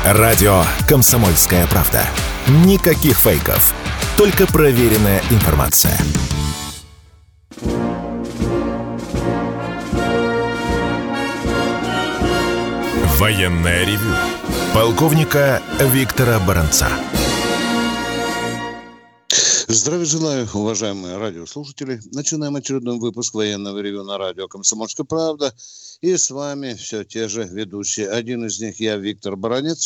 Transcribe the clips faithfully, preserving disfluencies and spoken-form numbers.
Радио «Комсомольская правда». Никаких фейков. Только проверенная информация. Военное ревю полковника Виктора Баранца. Здравия желаю, уважаемые радиослушатели. Начинаем очередной выпуск военного ревю на радио «Комсомольская правда». И с вами все те же ведущие. Один из них я, Виктор Баранец.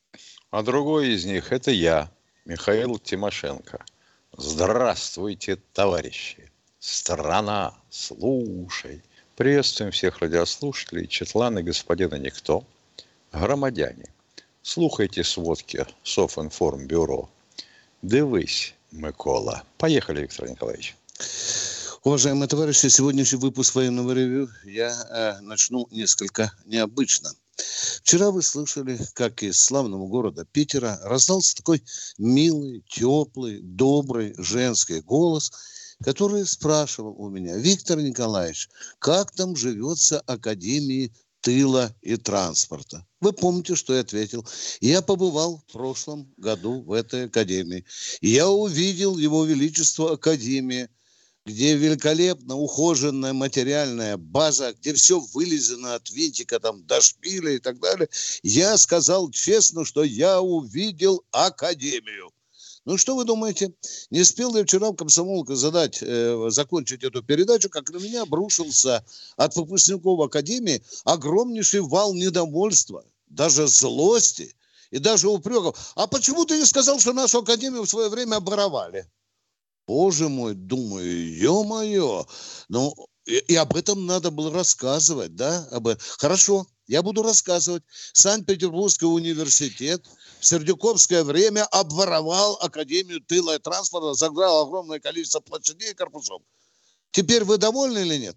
А другой из них это я, Михаил Тимошенко. Здравствуйте, товарищи. Страна, слушай. Приветствуем всех радиослушателей, четланы господина Никто. Громадяне, слухайте сводки Софинформбюро. Дивись, Микола. Поехали, Виктор Николаевич. Уважаемые товарищи, сегодняшний выпуск военного ревю я э, начну несколько необычно. Вчера вы слышали, как из славного города Питера раздался такой милый, теплый, добрый женский голос, который спрашивал у меня: Виктор Николаевич, как там живется Академии тыла и транспорта? Вы помните, что я ответил? Я побывал в прошлом году в этой академии. Я увидел Его Величество Академии, где великолепно ухоженная материальная база, где все вылезано от винтика там, до шпиля и так далее. Я сказал честно, что я увидел академию. Ну, что вы думаете? Не успел я вчера в «Комсомолке» задать, э, закончить эту передачу, как на меня обрушился от выпускников академии огромнейший вал недовольства, даже злости и даже упреков. А почему ты не сказал, что нашу академию в свое время обворовали? Боже мой, думаю, ё-моё. Ну, и, и об этом надо было рассказывать, да? Об... Хорошо, я буду рассказывать. Санкт-Петербургский университет в сердюковское время обворовал Академию тыла и транспорта, загнал огромное количество площадей и корпусов. Теперь вы довольны или нет?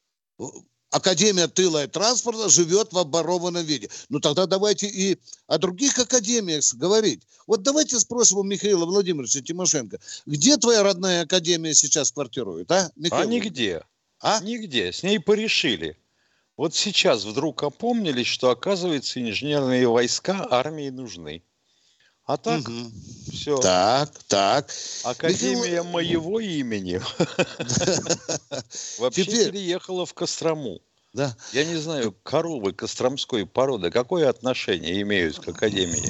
Академия тыла и транспорта живет в обворованном виде. Ну, тогда давайте и о других академиях говорить. Вот давайте спросим у Михаила Владимировича Тимошенко. Где твоя родная академия сейчас квартирует, а, Михаил? А нигде. А? Нигде. С ней порешили. Вот сейчас вдруг опомнились, что, оказывается, инженерные войска армии нужны. А так, угу. Все. Так, так. Академия Михаил... моего имени вообще переехала в Кострому. Да. Я не знаю, коровы костромской породы какое отношение имеют к академии?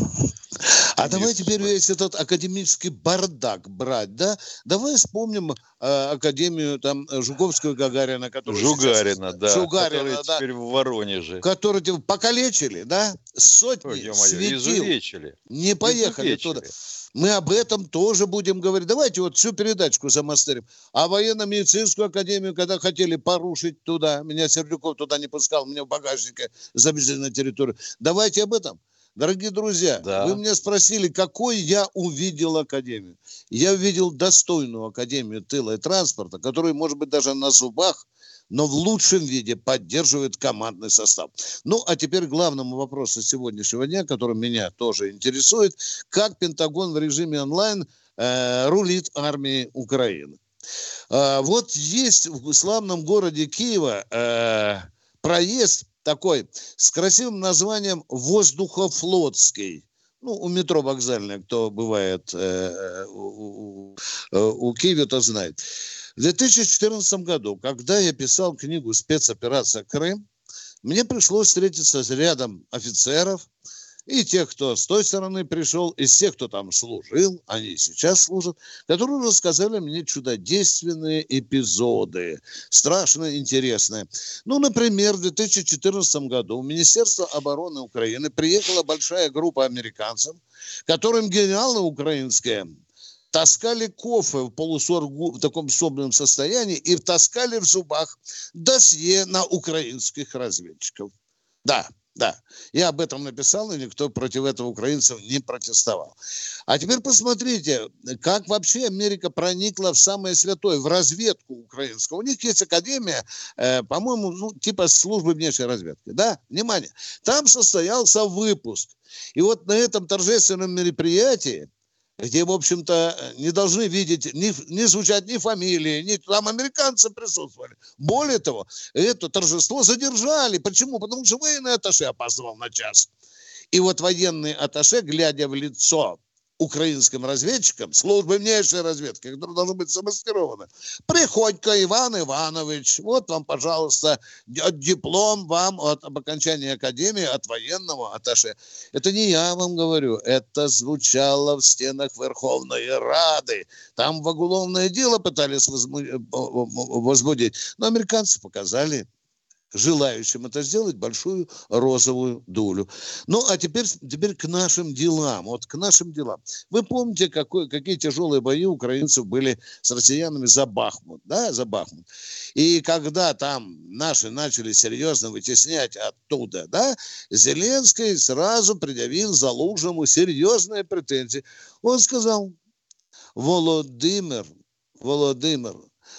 А давай теперь весь этот академический бардак брать, да? Давай вспомним э, академию там Жуковского Гагарина, который Жугарина, сейчас... да, Жугарина, который да, теперь в Воронеже. Который типа, покалечили, да? Сотни Ой, светил. Изувечили. Не поехали Изувечили. туда. Мы об этом тоже будем говорить. Давайте вот всю передачку замастерим. А военно-медицинскую академию, когда хотели порушить туда, меня Сердюков туда не пускал, меня в багажнике завезли на территорию. Давайте об этом. Дорогие друзья, да. Вы меня спросили, какой я увидел академию. Я увидел достойную академию тыла и транспорта, которая, может быть, даже на зубах, но в лучшем виде поддерживает командный состав. Ну, а теперь к главному вопросу сегодняшнего дня, который меня тоже интересует. Как Пентагон в режиме онлайн э, рулит армией Украины? Э, вот есть в славном городе Киева э, проезд такой с красивым названием «Воздухофлотский». Ну, у метро вокзальное, кто бывает э, у, у, у Киева, то знает. В две тысячи четырнадцатом году, когда я писал книгу «Спецоперация Крым», мне пришлось встретиться с рядом офицеров, и тех, кто с той стороны пришел, и тех, кто там служил, они и сейчас служат, которые рассказали мне чудодейственные эпизоды, страшно интересные. Ну, например, в две тысячи четырнадцатом году в Министерство обороны Украины приехала большая группа американцев, которым генералы украинские таскали кофе в полусоргу, в таком собранном состоянии, и таскали в зубах досье на украинских разведчиков. Да. Да, я об этом написал, и никто против этого украинцев не протестовал. А теперь посмотрите, как вообще Америка проникла в самое святое, в разведку украинскую. У них есть академия, э, по-моему, ну, типа службы внешней разведки. Да, внимание, там состоялся выпуск. И вот на этом торжественном мероприятии, где, в общем-то, не должны видеть, не, не звучать ни фамилии, ни там американцы присутствовали. Более того, это торжество задержали. Почему? Потому что военный атташе опаздывал на час. И вот военный атташе, глядя в лицо украинским разведчикам, службы внешней разведки, которые должны быть замаскированы. Приходько Иван Иванович, вот вам, пожалуйста, диплом вам от, об окончании академии от военного атташе. Это не я вам говорю, это звучало в стенах Верховной Рады. Там в уголовное дело пытались возбудить, но американцы показали желающим это сделать большую розовую дулю. Ну, а теперь, теперь к нашим делам. Вот к нашим делам. Вы помните, какой, какие тяжелые бои у украинцев были с россиянами за Бахмут, да, за Бахмут. И когда там наши начали серьезно вытеснять оттуда, да, Зеленский сразу предъявил Залужному серьезные претензии. Он сказал: Володимир, Володимир,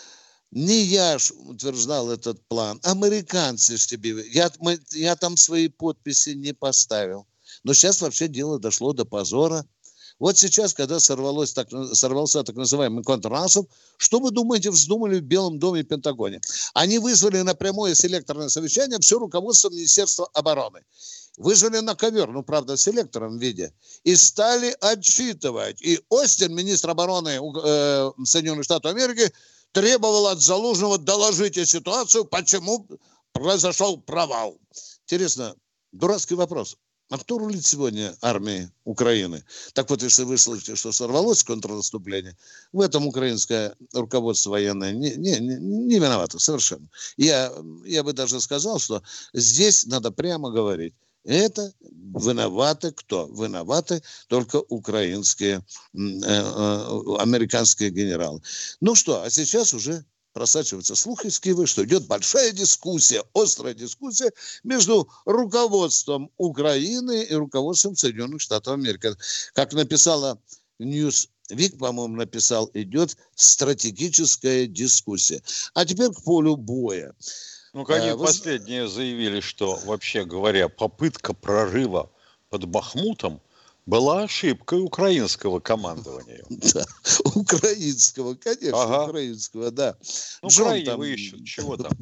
не я ж утверждал этот план, американцы ж тебе. Я, мы, я там свои подписи не поставил. Но сейчас вообще дело дошло до позора. Вот сейчас, когда сорвалось, так, сорвался так называемый контрнаступ, что вы думаете, вздумали в Белом доме и Пентагоне? Они вызвали на прямое селекторное совещание все руководство Министерства обороны. Вызвали на ковер, ну, правда, в селекторном виде, и стали отчитывать. И Остин, министр обороны э, Соединенных Штатов Америки, требовал от Залужного доложить ситуацию, почему произошел провал. Интересно, дурацкий вопрос. А кто рулит сегодня армией Украины? Так вот, если вы слышите, что сорвалось контрнаступление, в этом украинское руководство военное не, не, не, не виновато совершенно. Я, я бы даже сказал, что здесь надо прямо говорить. Это виноваты кто? Виноваты только украинские, э, э, американские генералы. Ну что, а сейчас уже просачиваются слухи из Киева, что идет большая дискуссия, острая дискуссия между руководством Украины и руководством Соединенных Штатов Америки. Как написала Newsweek, по-моему, написал, идет стратегическая дискуссия. А теперь к полю боя. Ну, они а, последние вы... заявили, что, вообще говоря, попытка прорыва под Бахмутом была ошибкой украинского командования. Да, украинского, конечно, ага. украинского, да. Ну, крайне там... ищут, чего там.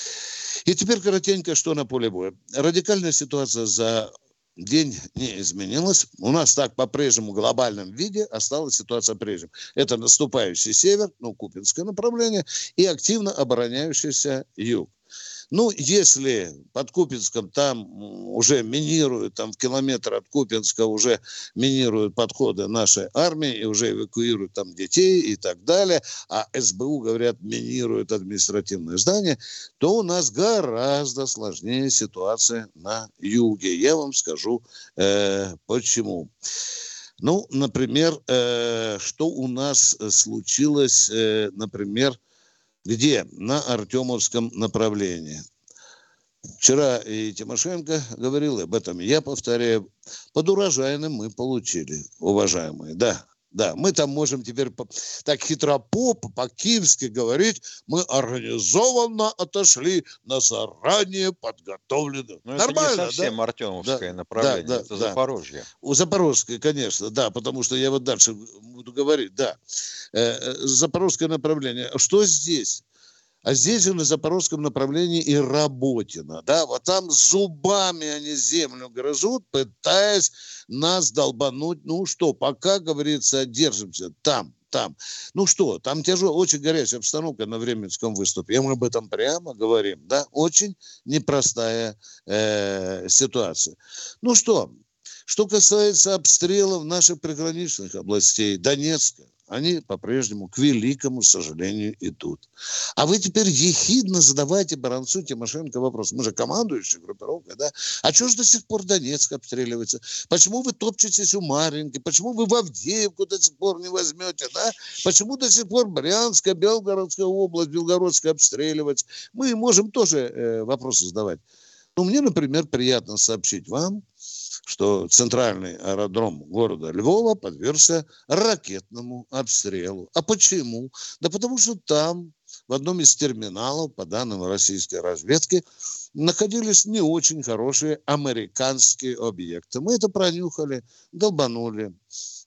И теперь коротенько, что на поле боя. Радикальная ситуация за день не изменилась. У нас так по-прежнему в глобальном виде осталась ситуация прежней. Это наступающий север, ну, Купинское направление, и активно обороняющийся юг. Ну, если под Купинском там уже минируют, там в километр от Купинска уже минируют подходы нашей армии и уже эвакуируют там детей и так далее, а СБУ, говорят, минируют административные здания, то у нас гораздо сложнее ситуация на юге. Я вам скажу, э, почему. Ну, например, э, что у нас случилось, э, например, где? На Артемовском направлении. Вчера и Тимошенко говорил об этом, я повторяю, под урожайным мы получили, уважаемые, да. Да, мы там можем теперь так хитропоп, по-киевски говорить, мы организованно отошли на заранее подготовленную. Но нормально, это не совсем да? Артемовское да, направление, да, да, это да. Запорожье. У Запорожское, конечно, да, потому что я вот дальше буду говорить, да. Э, Запорожское направление. Что здесь? А здесь же на запорожском направлении и Работино, да, вот там зубами они землю грызут, пытаясь нас долбануть, ну что, пока, говорится, держимся там, там. Ну что, там тяжелая, очень горячая обстановка на Временском выступе, и мы об этом прямо говорим, да, очень непростая э, ситуация. Ну что, что касается обстрелов наших приграничных областей, Донецка, они по-прежнему, к великому сожалению, идут. А вы теперь ехидно задавайте Баранцу, Тимошенко вопрос. Мы же командующая группировка, да? А что же до сих пор Донецк обстреливается? Почему вы топчетесь у Марьинки? Почему вы в Авдеевку до сих пор не возьмете, да? Почему до сих пор Брянская, Белгородская область, Белгородская обстреливается? Мы можем тоже э, вопросы задавать. Но мне, например, приятно сообщить вам, что центральный аэродром города Львова подвергся ракетному обстрелу. А почему? Да потому что там, в одном из терминалов, по данным российской разведки, находились не очень хорошие американские объекты. Мы это пронюхали, долбанули.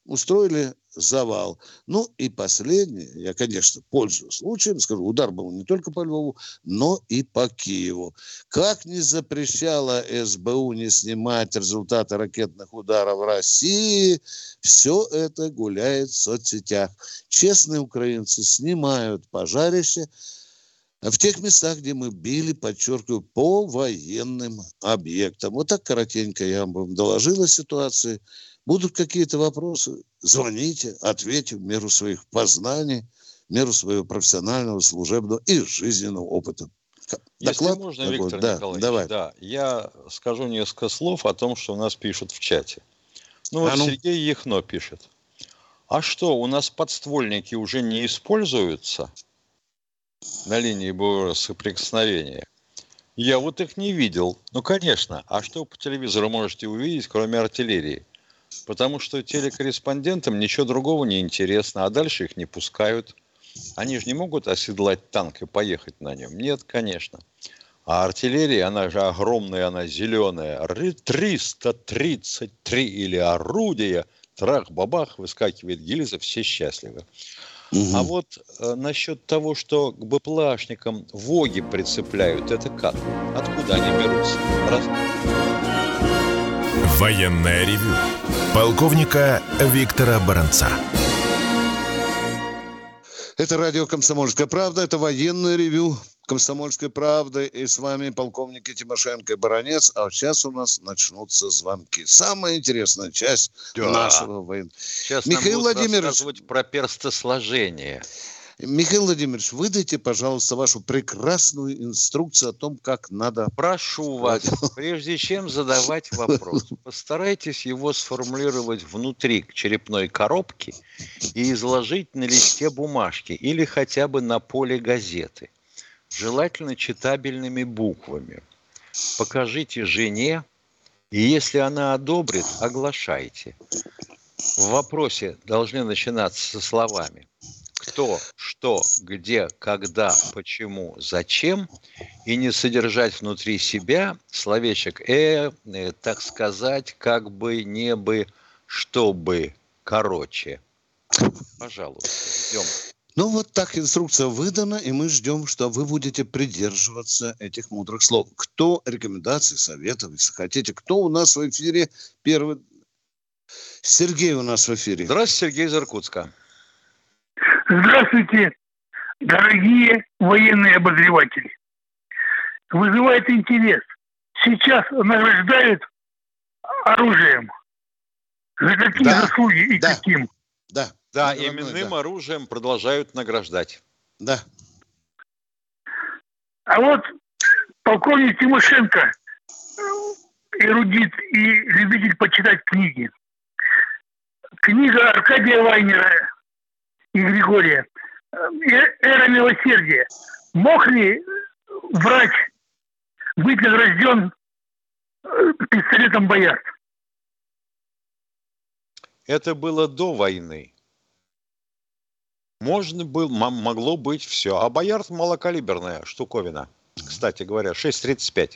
устроили завал. Ну и последнее, я, конечно, пользуюсь случаем, скажу, удар был не только по Львову, но и по Киеву. Как не запрещала СБУ не снимать результаты ракетных ударов в России, все это гуляет в соцсетях. Честные украинцы снимают пожарище в тех местах, где мы били, подчеркиваю, по военным объектам. Вот так коротенько я вам доложила ситуацию. Будут какие-то вопросы, звоните, ответим в меру своих познаний, в меру своего профессионального, служебного и жизненного опыта. Если Доклад? можно, Доклад? Виктор Да, Николаевич, давай. да, я скажу несколько слов о том, что у нас пишут в чате. Ну вот а ну. Сергей Яхно пишет. А что, у нас подствольники уже не используются на линии боевого соприкосновения? Я вот их не видел. Ну, конечно. А что по телевизору можете увидеть, кроме артиллерии? Потому что телекорреспондентам ничего другого не интересно, а дальше их не пускают. Они же не могут оседлать танк и поехать на нем. Нет, конечно. А артиллерия, она же огромная, она зеленая. триста тридцать три или орудия. Трах-бабах, выскакивает гильза, все счастливы. Угу. А вот э, насчет того, что к БПЛАшникам ВОГи прицепляют, это как? Откуда они берутся? Раз... Военное ревю полковника Виктора Баранца. Это радио «Комсомольская правда», это военное ревю «Комсомольской правды». И с вами полковники Тимошенко и Баранец. А сейчас у нас начнутся звонки. Самая интересная часть да. нашего военного. Сейчас Михаил нам будут Владимирович... рассказывать про перстосложение. Михаил Владимирович, выдайте, пожалуйста, вашу прекрасную инструкцию о том, как надо... Прошу вас, прежде чем задавать вопрос, постарайтесь его сформулировать внутри черепной коробки и изложить на листе бумажки или хотя бы на поле газеты, желательно читабельными буквами. Покажите жене, и если она одобрит, оглашайте. В вопросе должны начинаться со словами кто, что, где, когда, почему, зачем, и не содержать внутри себя словечек «э», э так сказать, как бы, не бы, чтобы, короче. Пожалуйста, ждем. Ну, вот так инструкция выдана, и мы ждем, что вы будете придерживаться этих мудрых слов. Кто рекомендаций, советов, если хотите, кто у нас в эфире первый? Сергей у нас в эфире. Здравствуйте, Сергей из Иркутска. Здравствуйте, дорогие военные обозреватели. Вызывает интерес. Сейчас награждают оружием. За какие да, заслуги и да, каким? Да, да, именным да. оружием продолжают награждать. Да. А вот полковник Тимошенко, эрудит и любитель почитать книги. Книга Аркадия Вайнера и Григория «Эра милосердия». Мог ли врач быть награжден пистолетом Боярд? Это было до войны. Можно было, могло быть все. А Боярд малокалиберная штуковина. Кстати говоря, шесть тридцать пять.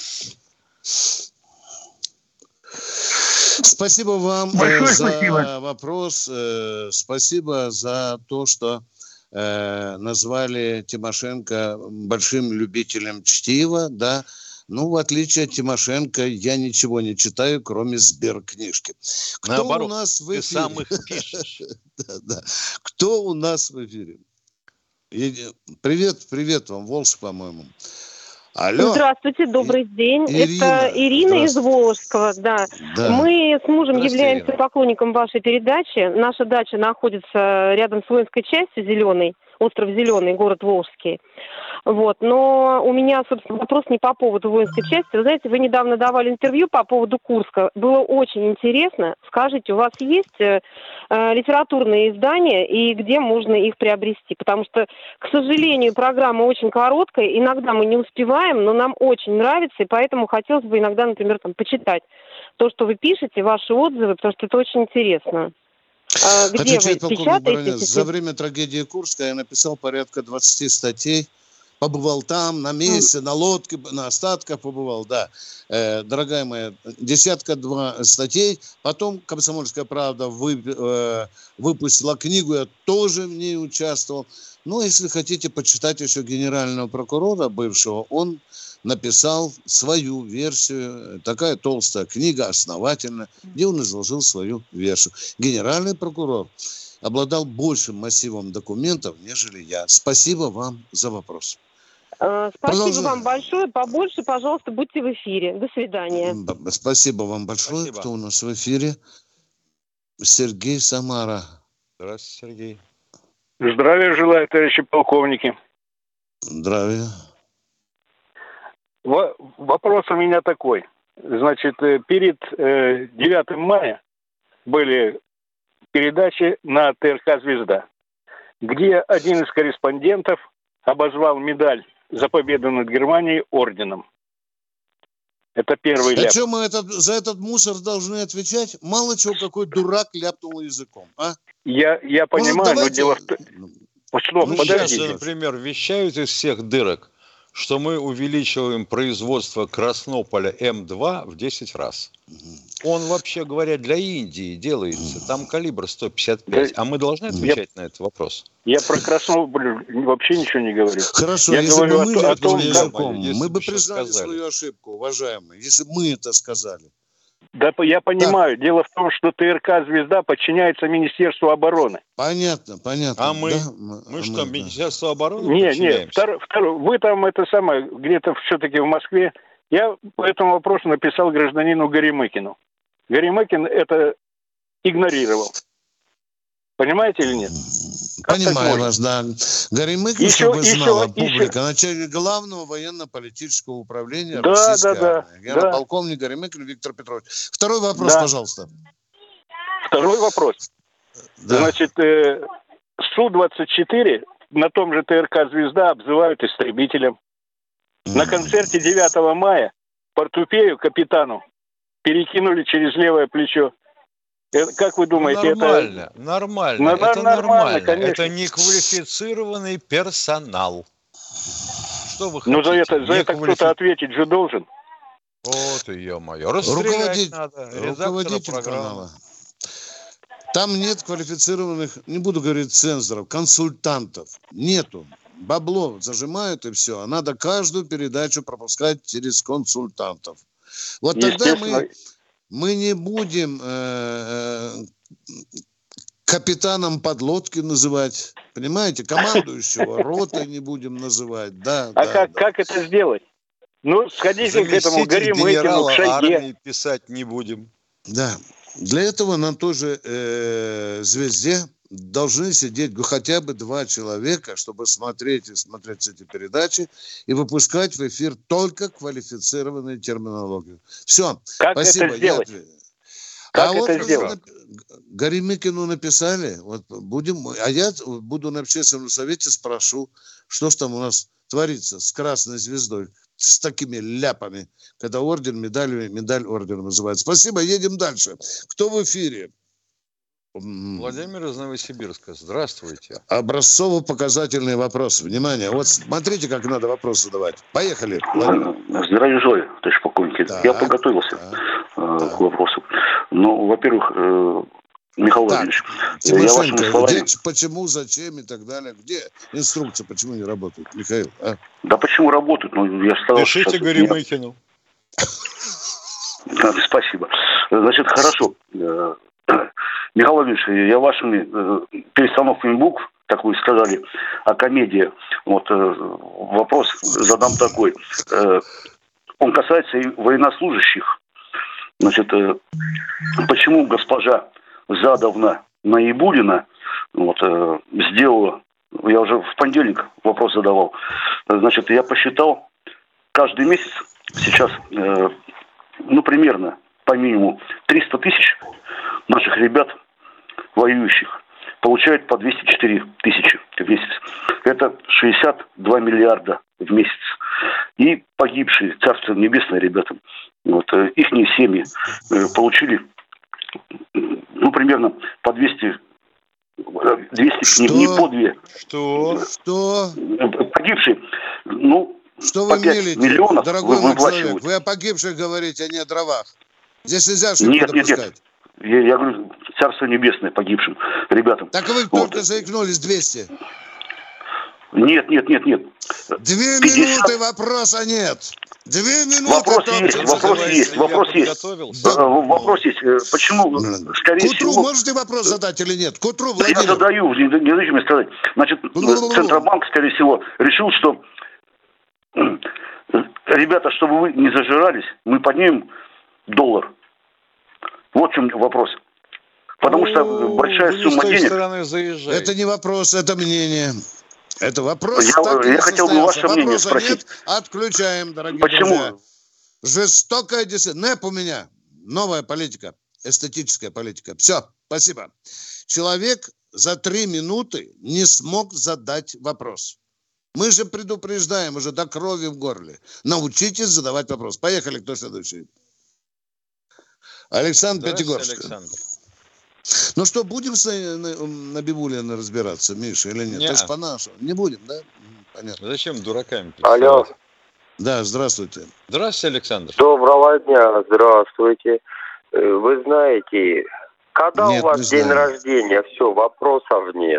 Спасибо вам Большое за спасибо. вопрос. Спасибо за то, что э, назвали Тимошенко большим любителем чтива. Да? Ну, в отличие от Тимошенко, я ничего не читаю, кроме Сберкнижки. Кто Наоборот, у нас в эфире? ты сам их пишешь. да, да. Кто у нас в эфире? Привет, привет вам, Волжск, по-моему. Алло. Здравствуйте, добрый день. Ирина. Это Ирина из Волжского, да. да. Мы с мужем являемся Ирина. поклонником вашей передачи. Наша дача находится рядом с воинской частью Зеленый, остров Зеленый, город Волжский. Вот. Но у меня, собственно, вопрос не по поводу воинской части. Вы знаете, вы недавно давали интервью по поводу Курска. Было очень интересно. Скажите, у вас есть э, литературные издания и где можно их приобрести? Потому что, к сожалению, программа очень короткая. Иногда мы не успеваем, но нам очень нравится. И поэтому хотелось бы иногда, например, там, почитать то, что вы пишете, ваши отзывы, потому что это очень интересно. А, где Отвечает вы полковник печатаете? Баранец. За время трагедии Курска я написал порядка двадцать статей побывал там, на месте, на лодке, на остатках побывал, да. Э, дорогая моя, десятка-два статей. Потом «Комсомольская правда» вы, э, выпустила книгу, я тоже в ней участвовал. Ну, если хотите почитать еще генерального прокурора бывшего, он написал свою версию, такая толстая книга, основательная, где он изложил свою версию. Генеральный прокурор обладал большим массивом документов, нежели я. Спасибо вам за вопрос. Спасибо Продолжаем. Вам большое. Побольше, пожалуйста, будьте в эфире. До свидания. Спасибо вам большое. Спасибо. Кто у нас в эфире? Сергей, Самара. Здравствуйте, Сергей. Здравия желаю, товарищи полковники. Здравия. Во- вопрос у меня такой. Значит, перед э, девятым мая были передачи на ТРК «Звезда», где один из корреспондентов обозвал медаль за победу над Германией орденом. Это первый ляп. А что мы этот, за этот мусор должны отвечать? Мало чего, какой дурак ляпнул языком, а? Я, я понимаю, ну, но дело в том... Ну, сейчас же, например, вещают из всех дырок, что мы увеличиваем производство Краснополя эм два в десять раз. Он, вообще говоря, для Индии делается. Там калибр сто пятьдесят пять. Да, а мы должны отвечать я, на этот вопрос? Я про Краснополь вообще ничего не говорю. Хорошо, я если говорю бы мы о, о том, языком, как... мы бы признали сказали. свою ошибку, уважаемые. Если бы мы это сказали. Да, я понимаю. Да. Дело в том, что ТРК «Звезда» подчиняется Министерству обороны. Понятно, понятно. А мы? Да? Мы а что, мы, Министерство да. обороны Нет, нет. Втор, втор, вы там это самое, где-то все-таки в Москве. Я по этому вопросу написал гражданину Горемыкину. Горемыкин это игнорировал. Понимаете или нет? Как Понимаю вас, да. Горемыкин, еще, чтобы еще, знала публика, еще... начальник главного военно-политического управления да, Российской да, армии. Да, да. Полковник Горемыкин Виктор Петрович. Второй вопрос, да. пожалуйста. Второй вопрос. Да. Значит, э, Су двадцать четыре на том же ТРК «Звезда» обзывают истребителем. Mm. На концерте девятого мая портупею капитану перекинули через левое плечо. Это, как вы думаете, нормально, это... Нормально, ну, это нормально. нормально. Конечно. Это неквалифицированный персонал. Что вы хотите? Ну, за это, за это квалифи... кто-то ответить же должен. О, ты, ё-моё, расстрелять Руководитель, надо. Руководитель канала. Там нет квалифицированных, не буду говорить цензоров, консультантов. Нету. Бабло зажимают и все. А надо каждую передачу пропускать через консультантов. Вот тогда мы... Мы не будем э, капитаном подлодки называть, понимаете, командующего ротой не будем называть. Да, а да, как, да. как это сделать? Ну, сходите к этому Горемыкину, к Шойге. Писать не будем. Да, для этого на той же э, «Звезде» должны сидеть хотя бы два человека, чтобы смотреть и смотреть эти передачи и выпускать в эфир только квалифицированную терминологию. Все, как спасибо. Это сделать? Я... Как а это вот сделать? Горемыкину написали, вот будем, а я буду на общественном совете, спрошу, что ж там у нас творится с красной звездой, с такими ляпами, когда орден, медаль, медаль ордена называется. Спасибо, едем дальше. Кто в эфире? Владимир из Новосибирска. Здравствуйте. Образцово-показательный вопрос. Внимание. Вот смотрите, как надо вопрос задавать. Поехали. Здравия желаю, товарищ полковник. Так, я подготовился так, э, к вопросу. Ну, во-первых, э, Михаил так, Владимирович, я вашими словами... Где, почему, зачем и так далее? Где инструкция, почему не работает, Михаил? А? Да почему работает? Ну, я старался... Пишите Горемыкину. Спасибо. Значит, хорошо. Михаил Владимирович, я вашими э, перестановками букв, как вы сказали, о комедии, вот э, вопрос задам такой. Э, он касается и военнослужащих. Значит, э, почему госпожа Задовна Наибуллина вот, э, сделала, я уже в понедельник вопрос задавал, значит, я посчитал, каждый месяц сейчас, э, ну, примерно, по минимуму, триста тысяч наших ребят, воюющих, получают по двести четыре тысячи в месяц. Это шестьдесят два миллиарда в месяц. И погибшие, царство небесное, ребятам, вот, их семьи получили, ну, примерно по двести, двести, не, не по две. Что? Что? Погибшие ну, что вы мелите, миллионов дорогой мой человек? Вы о погибших говорите, а не о дровах. Здесь нельзя ошибку нет, допускать. Нет, нет, я, я говорю, царство небесное погибшим ребятам. Так вы вот. Только заикнулись двести. Нет, нет, нет, нет. Две пятьдесят... минуты, вопроса нет. Две минуты. Вопрос есть, вопрос есть, вопрос есть. Да. Вопрос есть. Почему, скорее К утру всего... можете вопрос задать или нет? К утру, Владимир. Я задаю, не, не дайте мне сказать. Значит, Центробанк, скорее всего, решил, что ребята, чтобы вы не зажирались, мы поднимем доллар. Вот в чем вопрос. Потому О, что большая сумма денег... Это не вопрос, это мнение. Это вопрос. Я, я хотел бы ваше мнение Вопроса спросить. Нет, отключаем, дорогие Почему? друзья. Жестокая дисциплина. НЭП у меня. Новая политика. Эстетическая политика. Все, спасибо. Человек за три минуты не смог задать вопрос. Мы же предупреждаем уже до крови в горле. Научитесь задавать вопрос. Поехали, кто следующий? Александр Пятигорск. Александр. Ну что, будем с Набиуллиной разбираться, Миша, или нет? Не. То есть по-нашему. Не будем, да? Понятно. Зачем дураками? Алло. Да, здравствуйте. Здравствуйте, Александр. Доброго дня, здравствуйте. Вы знаете, когда нет, у вас день знаю. рождения, все, вопросов нет.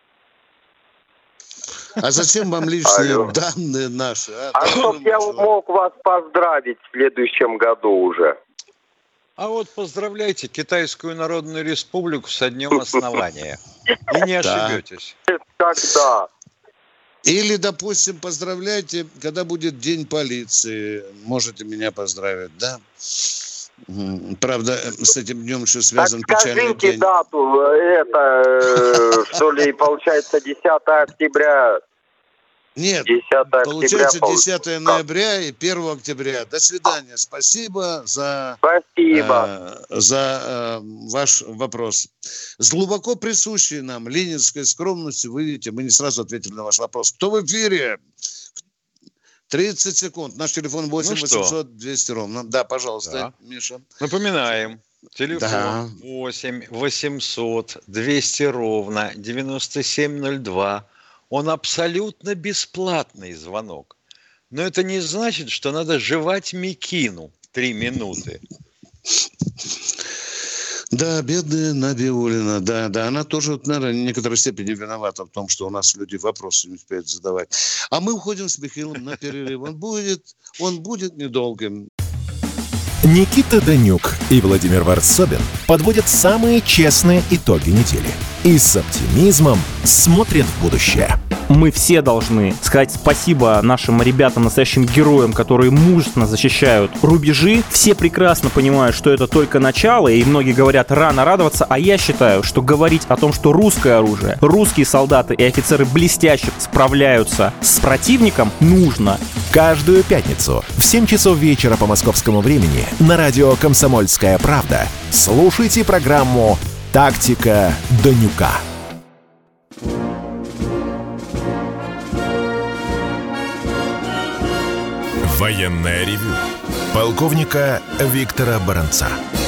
А зачем вам лишние Алло. данные наши? А, а чтоб я мог вас поздравить в следующем году уже. А вот поздравляйте Китайскую Народную Республику со днем основания. И не ошибетесь. Когда? Или, допустим, поздравляйте, когда будет День полиции. Можете меня поздравить, да? Правда, с этим днем еще связан так печальный день. Скажите дату, это, что ли, получается, десятое октября. Нет, получается десятое ноября и первое октября. До свидания. Спасибо за, Спасибо. Э, за э, ваш вопрос. С глубоко присущей нам ленинской скромностью, вы видите, мы не сразу ответили на ваш вопрос. Кто в эфире? тридцать секунд. Наш телефон восемь восемьсот двести ровно. Да, пожалуйста, да. Миша. Напоминаем. Телефон да. восемь восемьсот двести ровно девяносто семь ноль два. Он абсолютно бесплатный звонок. Но это не значит, что надо жевать мекину три минуты. Да, бедная Набиуллина, да, да, она тоже, наверное, в некоторой степени виновата в том, что у нас люди вопросы не успеют задавать. А мы уходим с Михаилом на перерыв. Он будет, он будет недолгим. Никита Данюк и Владимир Варсобин подводят самые честные итоги недели и с оптимизмом смотрят в будущее. Мы все должны сказать спасибо нашим ребятам, настоящим героям, которые мужественно защищают рубежи. Все прекрасно понимают, что это только начало, и многие говорят рано радоваться, а я считаю, что говорить о том, что русское оружие, русские солдаты и офицеры блестяще справляются с противником, нужно. Каждую пятницу в семь часов вечера по московскому времени на радио «Комсомольская правда» слушайте программу «Тактика Данюка». Военное ревю полковника Виктора Баранца.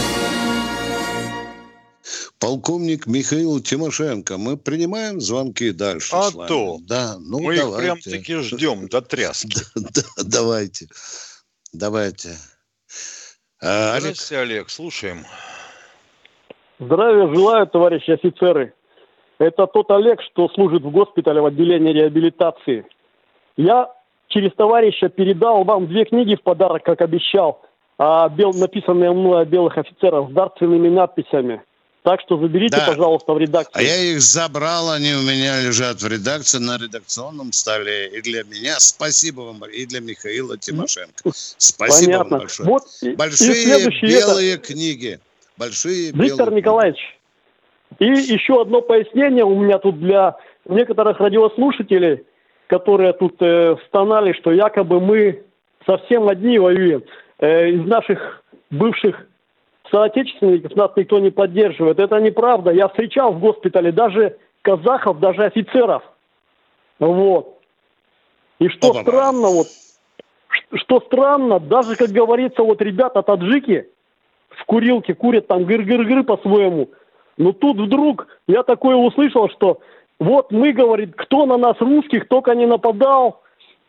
Полковник Михаил Тимошенко. Мы принимаем звонки дальше. А то. Да, ну мы давайте. их прям-таки ждем до тряски. Давайте. Давайте. Здравствуйте, Олег. Слушаем. Здравия желаю, товарищи офицеры. Это тот Олег, что служит в госпитале в отделении реабилитации. Я через товарища передал вам две книги в подарок, как обещал, а бел, написанные мной о белых офицерах с дарственными надписями. Так что заберите, да. пожалуйста, в редакцию. А я их забрал, они у меня лежат в редакции на редакционном столе. И для меня спасибо вам, и для Михаила Тимошенко. Спасибо Понятно. вам большое. Вот Большие белые это... книги. Большие Виктор белые Николаевич, книги. И еще одно пояснение у меня тут для некоторых радиослушателей, которые тут э, стонали, что якобы мы совсем одни воюем. Э, из наших бывших соотечественников нас никто не поддерживает. Это неправда. Я встречал в госпитале даже казахов, даже офицеров. Вот. И что Опа-па. странно, вот, что странно, даже, как говорится, вот ребята таджики в курилке курят там гыр-гыр-гыр по-своему. Но тут вдруг я такое услышал, что вот мы, говорит, кто на нас русских только не нападал,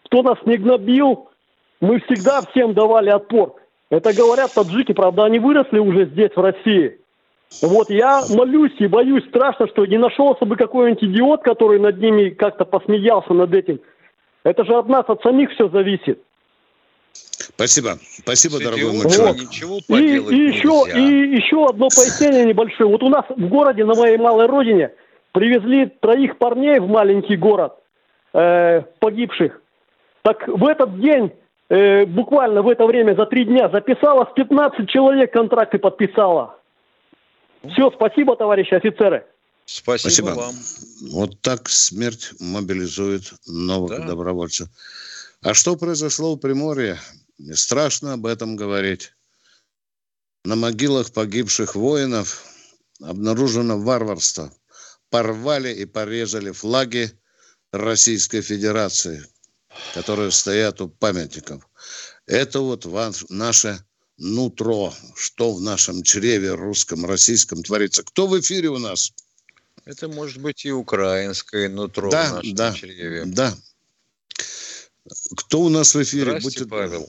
кто нас не гнобил, мы всегда всем давали отпор. Это говорят таджики, правда, они выросли уже здесь, в России. Вот я молюсь и боюсь страшно, что не нашелся бы какой-нибудь идиот, который над ними как-то посмеялся над этим. Это же от нас, от самих все зависит. Спасибо. Спасибо, дорогой мой вот. человек. И, и, еще, и еще одно пояснение небольшое. Вот у нас в городе, на моей малой родине, привезли троих парней в маленький город, э, погибших. Так в этот день, э, буквально в это время, за три дня, записалось пятнадцать человек, контракты подписало. Все, спасибо, товарищи офицеры. Спасибо, спасибо вам. Вот так смерть мобилизует новых да. добровольцев. А что произошло в Приморье? Страшно об этом говорить. На могилах погибших воинов обнаружено варварство. Порвали и порезали флаги Российской Федерации, которые стоят у памятников. Это вот наше нутро, что в нашем чреве русском, российском творится. Кто в эфире у нас? Это может быть и украинское нутро да, в нашем да, чреве. Да. Кто у нас в эфире? Здравствуйте, Будьте... Павел.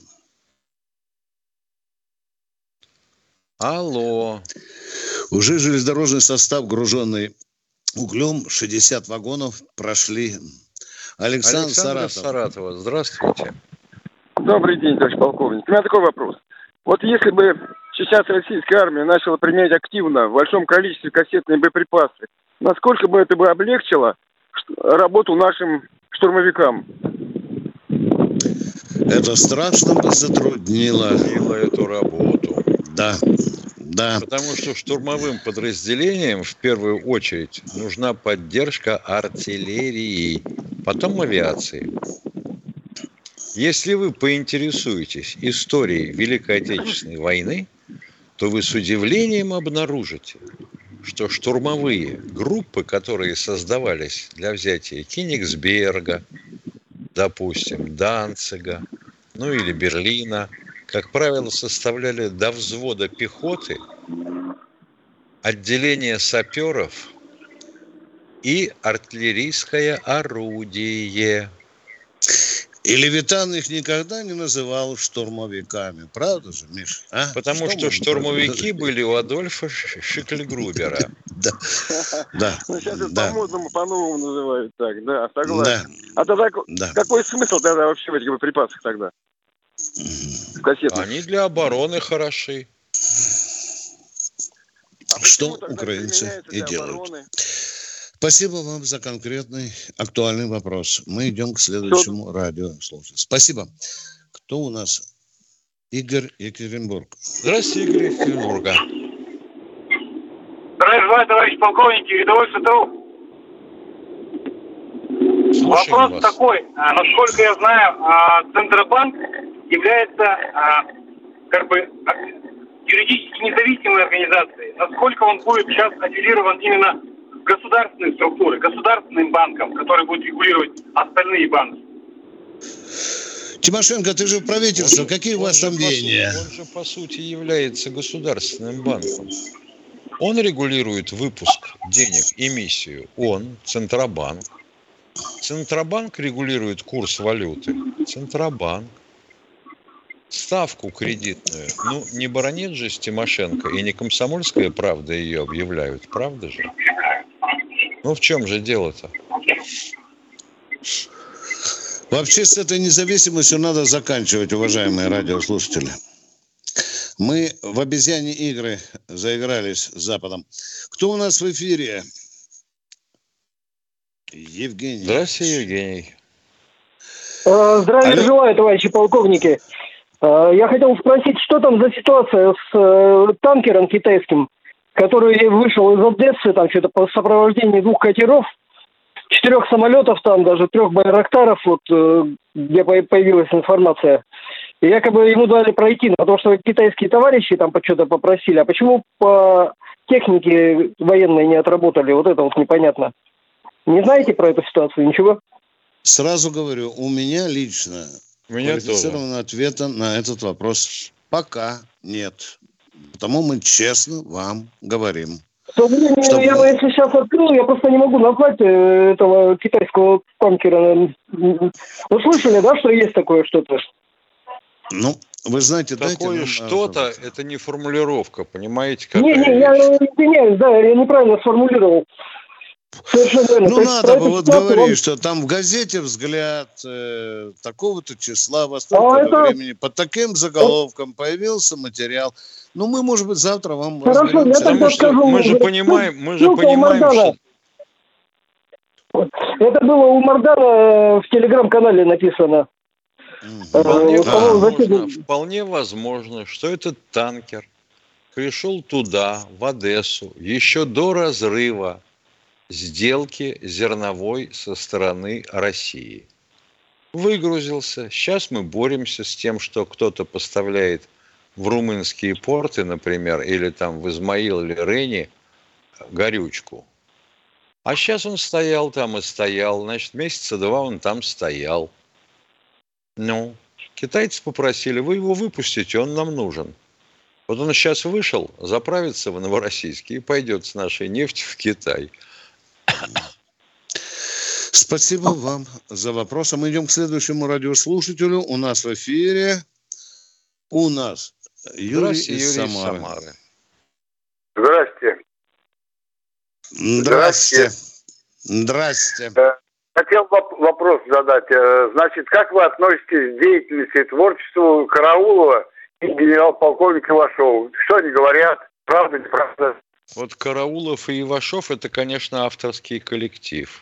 Алло. Уже железнодорожный состав, груженный углем, шестьдесят вагонов прошли. Александр, Александр Саратов. Саратова. Здравствуйте. Добрый день, товарищ полковник. У меня такой вопрос. Вот если бы сейчас российская армия начала применять активно в большом количестве кассетные боеприпасы, насколько бы это бы облегчило работу нашим штурмовикам? Это страшно бы затруднило эту работу. Да, да. Потому что штурмовым подразделениям в первую очередь нужна поддержка артиллерии, потом авиации. Если вы поинтересуетесь историей Великой Отечественной войны, то вы с удивлением обнаружите, что штурмовые группы, которые создавались для взятия Кенигсберга, допустим, Данцига, ну или Берлина, как правило, составляли до взвода пехоты, отделение саперов и артиллерийское орудие. И Левитан их никогда не называл штурмовиками. Правда же, Миш? А? Потому что, что штурмовики были у Адольфа Шикльгрубера. Да. Да. Ну, сейчас это да. по-модному, по-новому называют так, да, согласен. Да. А тогда да. какой смысл тогда вообще в этих боеприпасах тогда? Они для обороны хороши. А что украинцы и делают. Обороны? Спасибо вам за конкретный, актуальный вопрос. Мы идем к следующему радио слушать. Спасибо. Кто у нас? Игорь, Екатеринбург. Здравствуйте, Игорь, Екатеринбурга. Здравия желаю, товарищ полковник, рядовой СТУ. Слушаем Вопрос вас. такой. Насколько я знаю, Центробанк является как бы юридически независимой организацией. Насколько он будет сейчас аффилирован именно государственные структуры, государственным банком, который будет регулировать остальные банки. Тимошенко, ты же в правительстве. Он, Какие у вас сомнения? Он же, по сути, является государственным банком. Он регулирует выпуск денег, эмиссию. Он, Центробанк. Центробанк регулирует курс валюты. Центробанк. Ставку кредитную. Ну, не баронет же с Тимошенко и не Комсомольская правда ее объявляют. Правда же? Ну, в чем же дело-то? Вообще с этой независимостью надо заканчивать, уважаемые радиослушатели. Мы в обезьяне игры заигрались с Западом. Кто у нас в эфире? Евгений. Здравствуйте, Евгений. Здравия Алло. желаю, товарищи полковники. Я хотел спросить, что там за ситуация с танкером китайским, который вышел из Одессы, там что-то по сопровождению двух катеров, четырех самолетов, там даже трех байрактаров, вот где появилась информация. И якобы ему дали пройти, потому что китайские товарищи там что-то попросили. А почему по технике военной не отработали? Вот это вот непонятно. Не знаете про эту ситуацию? Ничего? Сразу говорю, у меня лично квалифицированного ответа на этот вопрос пока нет. Потому мы честно вам говорим. сожалению, Чтобы... я если сейчас открыл, я просто не могу назвать этого китайского танкера. Вы слышали, да, что есть такое что-то? Ну, вы знаете, такое дайте что-то, нам... это не формулировка, понимаете, какая Не, не, я извиняюсь, да, я неправильно сформулировал. Совершенно. Ну, надо бы вот говорить, он... что там в газете «Взгляд» э, такого-то числа, во столько-то а это... времени, под таким заголовком появился материал. Ну, мы, может быть, завтра вам Хорошо, я тогда скажу. Мы же понимаем, мы же понимаем, что... Это было у Мардана в телеграм-канале написано. Вполне, возможно, вполне возможно, что этот танкер пришел туда, в Одессу, еще до разрыва сделки зерновой со стороны России. Выгрузился. Сейчас мы боремся с тем, что кто-то поставляет в румынские порты, например, или там в Измаил или Рени горючку. А сейчас он стоял там и стоял. Значит, месяца два он там стоял. Ну, китайцы попросили, вы его выпустите, он нам нужен. Вот он сейчас вышел, заправится в Новороссийске и пойдет с нашей нефтью в Китай. Спасибо вам за вопрос. А мы идем к следующему радиослушателю. У нас в эфире у нас Юрий из Юрий Самары. Самары. Здрасте. Здрасте. Здрасте. Хотел вопрос задать. Значит, как вы относитесь к деятельности и творчеству Караулова и генерал-полковника Ивашова? Что они говорят? Правда, неправда? Вот Караулов и Ивашов – это, конечно, авторский коллектив.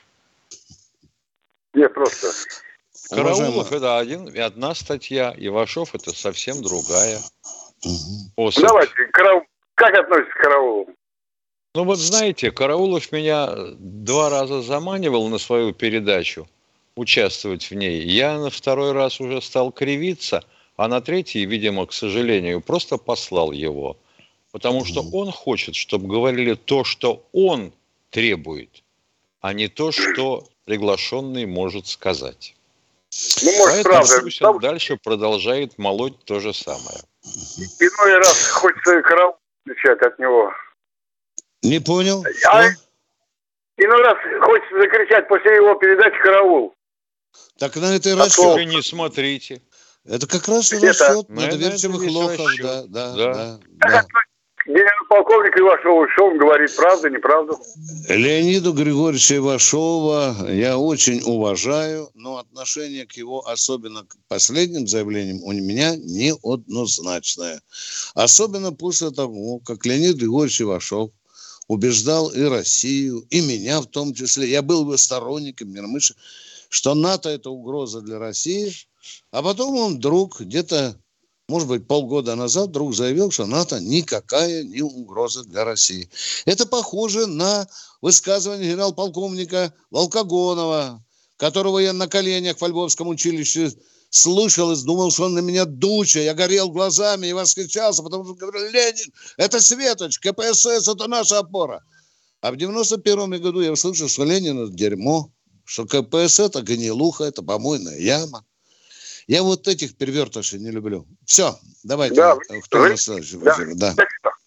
Нет, просто. Караулов – это один, одна статья, Ивашов – это совсем другая. Угу. Давайте, Караул... как относитесь к Караулову? Ну вот знаете, Караулов меня два раза заманивал на свою передачу участвовать в ней. Я на второй раз уже стал кривиться, а на третий, видимо, к сожалению, просто послал его. Потому что он хочет, чтобы говорили то, что он требует, а не то, что приглашенный может сказать. Ну, может, поэтому правда. Пусть он дальше продолжает молоть то же самое. Иной раз хочется Караулова отвечать от него. Не понял. А иной раз хочется закричать после его передачи «Караул». Так на этой расчет. Не смотрите. Это как раз расчет на доверчивых лохов. Да, да, да. да. Генерал-полковник Ивашова, что он говорит, правда, неправда? Леонида Григорьевича Ивашова я очень уважаю, но отношение к его, особенно к последним заявлениям, у меня неоднозначное. Особенно после того, как Леонид Григорьевич Ивашов убеждал и Россию, и меня в том числе, я был его сторонником, Мирмыша, что НАТО – это угроза для России, а потом он вдруг где-то, может быть, полгода назад вдруг заявил, что НАТО никакая не угроза для России. Это похоже на высказывание генерал-полковника Волкогонова, которого я на коленях в Львовском училище слышал и думал, что он на меня дуча. Я горел глазами и восхищался, потому что говорил: Ленин, это светоч, КПСС – это наша опора. А в девяносто первом году я услышал, что Ленин – это дерьмо, что КПСС – это гнилуха, это помойная яма. Я вот этих перевертышей не люблю. Все, давайте. Да, кто вы, у нас следующий? Да. Да.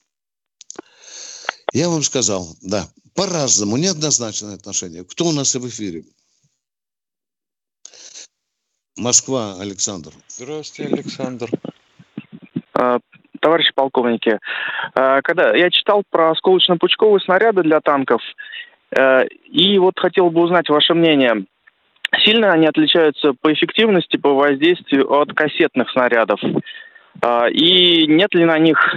Я вам сказал, да, по-разному, неоднозначное отношение. Кто у нас в эфире? Москва, Александр. Здравствуйте, Александр. Товарищи полковники, когда я читал про осколочно-пучковые снаряды для танков, и вот хотел бы узнать ваше мнение. Сильно они отличаются по эффективности, по воздействию от кассетных снарядов? И нет ли на них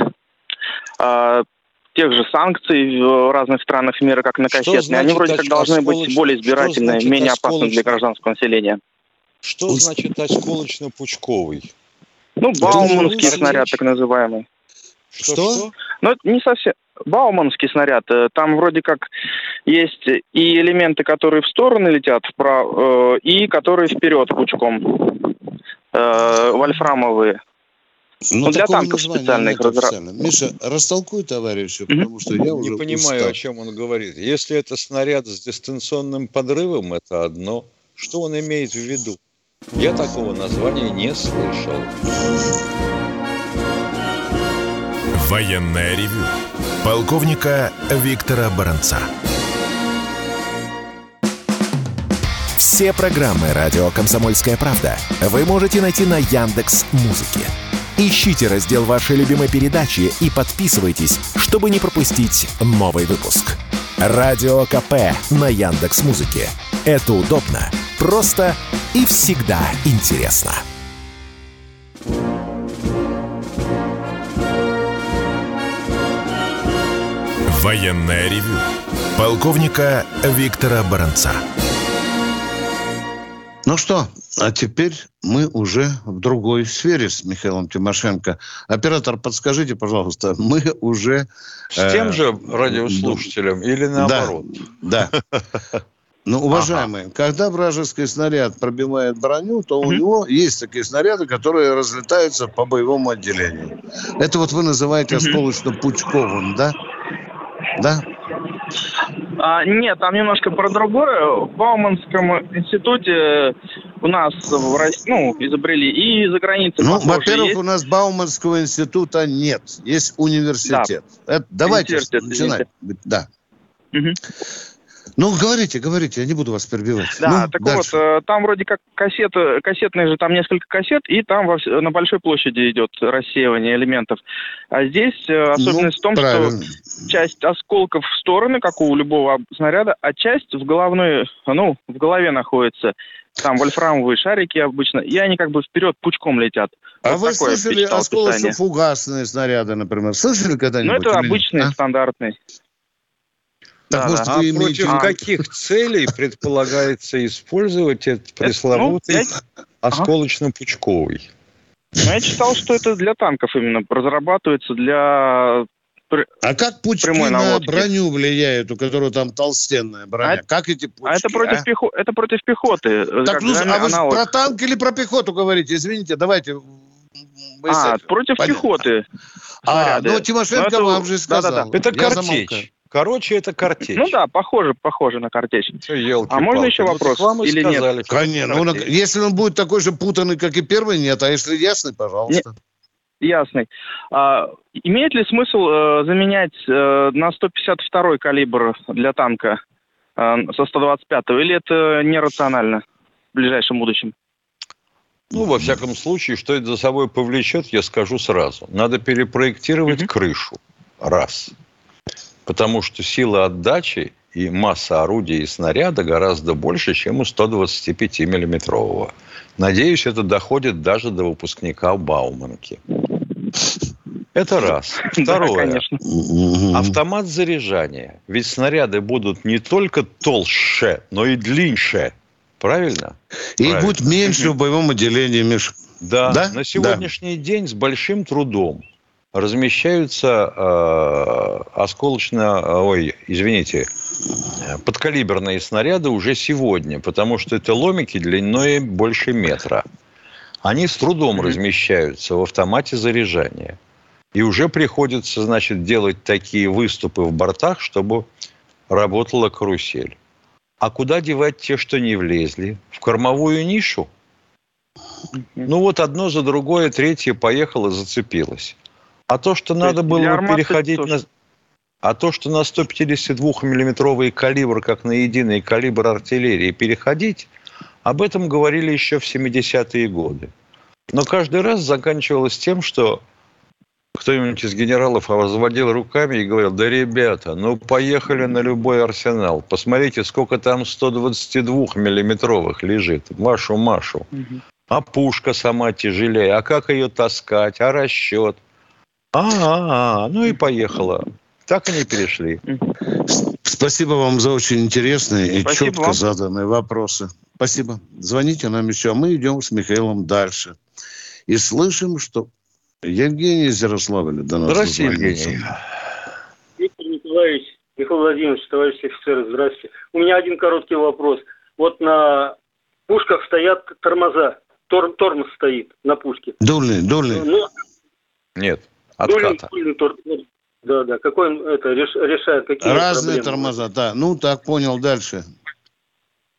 тех же санкций в разных странах мира, как на кассетные? Они вроде как должны быть более избирательные, менее опасны для гражданского населения. Что значит осколочно-пучковый? Ну, бауманский снаряд, так называемый. Что? Что? Ну, это не совсем... Бауманский снаряд. Там вроде как есть и элементы, которые в стороны летят, вправо, и которые вперед пучком. Э, вольфрамовые. Ну, ну для танков специальных разработок. Миша, растолкуй товарищу, потому что я уже не понимаю, устал. О чем он говорит. Если это снаряд с дистанционным подрывом, это одно. Что он имеет в виду? Я такого названия не слышал. Военное ревю полковника Виктора Баранца. Все программы «Радио Комсомольская правда» вы можете найти на Яндекс.Музыке. Ищите раздел вашей любимой передачи и подписывайтесь, чтобы не пропустить новый выпуск. Радио КП на Яндекс.Музыке. Это удобно, просто и всегда интересно. Военное ревю полковника Виктора Баранца. Ну что, а теперь мы уже в другой сфере с Михаилом Тимошенко. Оператор, подскажите, пожалуйста, мы уже... С э, тем же радиослушателем или наоборот? Да, да. Ну, уважаемые, ага. когда вражеский снаряд пробивает броню, то у него есть такие снаряды, которые разлетаются по боевому отделению. Это вот вы называете осколочно-пучковым, да? Да? А, нет, там немножко про другое. В Бауманском институте у нас в России, ну, изобрели и за границей. Ну, во-первых, есть. У нас Бауманского института нет. Есть университет. Да. Это, давайте начинать. Да. Угу. Ну, говорите, говорите, я не буду вас перебивать. Да, ну, так дальше. вот, там вроде как кассеты, кассетные же, там несколько кассет, и там во, на большой площади идет рассеивание элементов. А здесь особенность ну, в том, правильно. Что часть осколков в стороны, как у любого снаряда, а часть в головной, ну, в голове находится. Там вольфрамовые шарики обычно, и они как бы вперед пучком летят. А вот вы слышали осколочно-фугасные снаряды, например? Слышали когда-нибудь? Ну, это обычные, а? стандартные. Так, да, может, да. А имеете... против а. каких целей предполагается использовать этот пресловутый ну, я... осколочно-пучковый? Ну, я читал, что это для танков именно разрабатывается для а как пучки на броню влияют, у которой там толстенная броня? А как эти пучки? А это против, а? Пехо... это против пехоты. Так, ну, а вы про танк или про пехоту говорите? Извините, давайте... А, против Понятно. Пехоты. А, ну, Тимошенко это... вам же сказал. Да, да, да. Это картечь. Короче, это картечь. Ну да, похоже, похоже на картечь. А можно еще вопрос? Ну, или сказали, нет? Конечно. Он, если он будет такой же путанный, как и первый, нет. А если ясный, пожалуйста. Нет. Ясный. А, имеет ли смысл э, заменять э, на сто пятьдесят второй калибр для танка э, со сто двадцать пятого? Или это нерационально в ближайшем будущем? Ну, во всяком случае, что это за собой повлечет, я скажу сразу. Надо перепроектировать mm-hmm. крышу. Раз. Потому что сила отдачи и масса орудия и снаряда гораздо больше, чем у сто двадцать пять миллиметрового. Надеюсь, это доходит даже до выпускника Бауманки. Это раз. Второе. Да, автомат заряжания. Ведь снаряды будут не только толще, но и длиннее. Правильно? И Правильно. будет меньше в боевом отделении, Миш. Да. да. На сегодняшний да. день с большим трудом размещаются э, осколочно, ой, извините, подкалиберные снаряды уже сегодня, потому что это ломики длиной больше метра. Они с трудом mm-hmm. размещаются в автомате заряжания. И уже приходится, значит, делать такие выступы в бортах, чтобы работала карусель. А куда девать те, что не влезли? В кормовую нишу? Mm-hmm. Ну вот одно за другое, третье поехало, зацепилось. А то, что то надо было переходить на... А то, что на сто пятьдесят два миллиметровый калибр, как на единый калибр артиллерии, переходить, об этом говорили еще в семидесятые годы. Но каждый раз заканчивалось тем, что кто-нибудь из генералов разводил руками и говорил: да, ребята, ну поехали на любой арсенал. Посмотрите, сколько там сто двадцать два миллиметровых лежит. Вашу Машу. Угу. А пушка сама тяжелее. А как ее таскать? А расчет? А-а-а, ну и поехала. Так они перешли. Спасибо вам за очень интересные и Спасибо четко вам. заданные вопросы. Спасибо. Звоните нам еще. Мы идем с Михаилом дальше. И слышим, что Евгений из Ярославля до нас Здравствуйте, Евгений. Виктор Николаевич, Михаил Владимирович, товарищи офицеры, здравствуйте. У меня один короткий вопрос. Вот на пушках стоят тормоза. Тор- тормоз стоит на пушке. Дульный, дульный. Ну, Нет, отката. Дульный, дульный, да, да. Какой он это реш, решает? Какие Разные проблемы? тормоза, да. Ну, так, понял, дальше.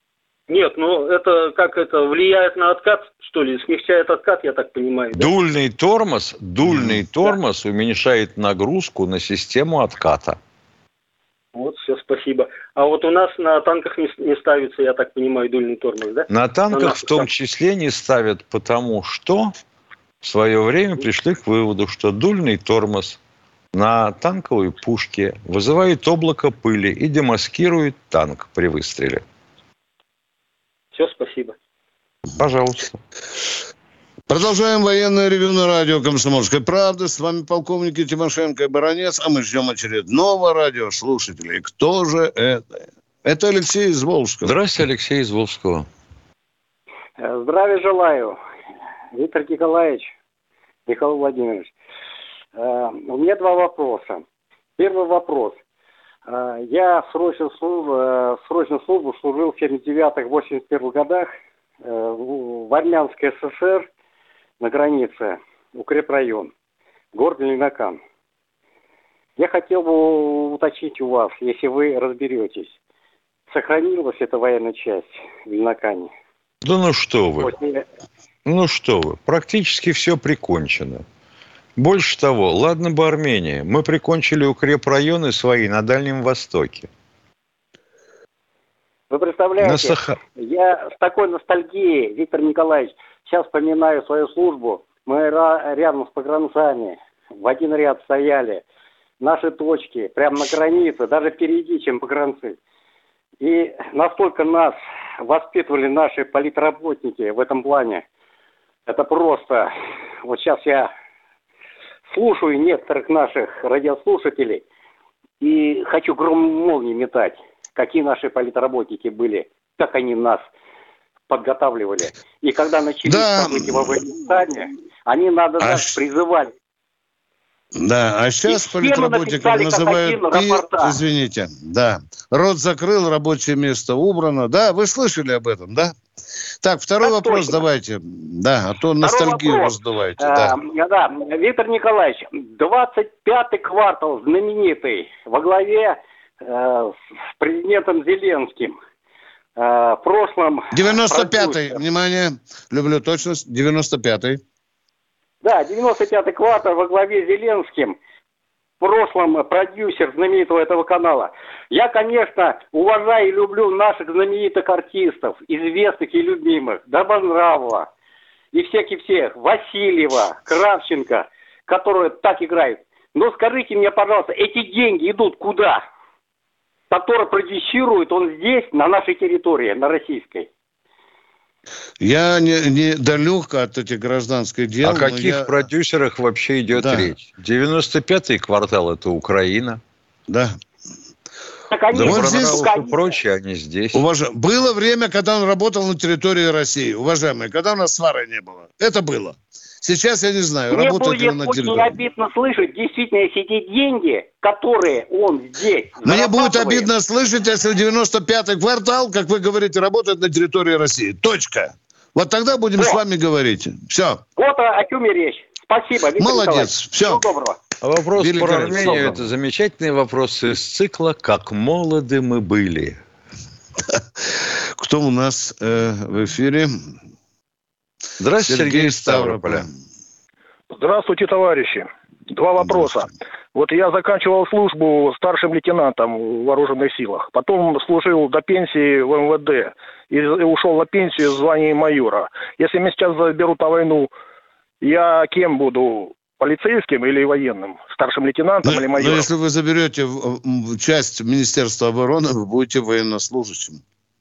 Нет, ну это как это влияет на откат, что ли? Смягчает откат, я так понимаю. Да? Дульный тормоз, дульный тормоз да. уменьшает нагрузку на систему отката. Вот, все, спасибо. А вот у нас на танках не, не ставится, я так понимаю, дульный тормоз, да? На танках на в том числе не ставят, потому что в свое время пришли к выводу, что дульный тормоз на танковой пушке вызывает облако пыли и демаскирует танк при выстреле. Все, спасибо. Пожалуйста. Продолжаем военное ревью на радио «Комсомольская правда». С вами полковники Тимошенко и Баранец, а мы ждем очередного радиослушателя. И кто же это? Это Алексей из Волжского. Здравствуйте, Алексей из Волжского. Здравия желаю, Виктор Николаевич, Михаил Владимирович. У меня два вопроса. Первый вопрос. Я в срочную службу, в срочную службу служил в семьдесят девятых - восемьдесят первых годах в Армянской ССР на границе, укрепрайон, город Ленинакан. Я хотел бы уточнить у вас, если вы разберетесь, сохранилась эта военная часть в Ленинакане? Да ну что вы, После... ну что вы, практически все прикончено. Больше того, ладно бы Армения, мы прикончили укрепрайоны свои на Дальнем Востоке. Вы представляете, Саха... я с такой ностальгией, Виктор Николаевич, сейчас вспоминаю свою службу. Мы рядом с погранцами в один ряд стояли. Наши точки прямо на границе, даже впереди, чем погранцы. И настолько нас воспитывали наши политработники в этом плане. Это просто... Вот сейчас я слушаю некоторых наших радиослушателей и хочу гром молнии метать. Какие наши политработники были, как они нас подготавливали. И когда начались да. события в Афганистане, они, надо а нас ш... призывали. Да, а сейчас политработников называют, и, извините, да, рот закрыл, рабочее место убрано. Да, вы слышали об этом, да? Так, второй так вопрос точно. Давайте. Да, а то второй ностальгию вопрос. Раздуваете. А, да. да, Виктор Николаевич, двадцать пятый квартал знаменитый во главе э, с президентом Зеленским. Э, в прошлом... девяносто пятый, внимание, люблю точность, девяносто пятый. Да, девяносто пятый квартал во главе с Зеленским, в прошлом продюсер знаменитого этого канала. Я, конечно, уважаю и люблю наших знаменитых артистов, известных и любимых, Добронравова и всяких-всех, Васильева, Кравченко, которые так играют. Но скажите мне, пожалуйста, эти деньги идут куда? Которые продюсирует он здесь, на нашей территории, на российской. Я не, не далек от этих гражданских дел. О каких я... продюсерах вообще идет да. речь? девяносто пятый квартал – это Украина. Да. Так они, да вот здесь... и прочее, они здесь. Уваж... Было время, когда он работал на территории России, уважаемые, когда у нас свары не было. Это было. Сейчас я не знаю, мне работает ли он на территории. Мне будет обидно слышать, действительно, если эти деньги, которые он здесь... Мне будет обидно слышать, если девяносто пятый квартал, как вы говорите, работает на территории России. Точка. Вот тогда будем вот. С вами говорить. Все. Вот о, о чем и речь. Спасибо, Виктор Молодец. Николаевич. Все. Всего доброго. А вопрос про Армению – это замечательный вопрос из цикла «Как молоды мы были». Кто у нас э, в эфире? Здравствуйте, Сергей из Ставрополя. Здравствуйте, товарищи. Два вопроса. Вот я заканчивал службу старшим лейтенантом в вооруженных силах. Потом служил до пенсии в эм вэ дэ. И ушел на пенсию в звании майора. Если меня сейчас заберут на войну, я кем буду? Полицейским или военным? Старшим лейтенантом но, или майором? Но если вы заберете в, в часть Министерства обороны, вы будете военнослужащим.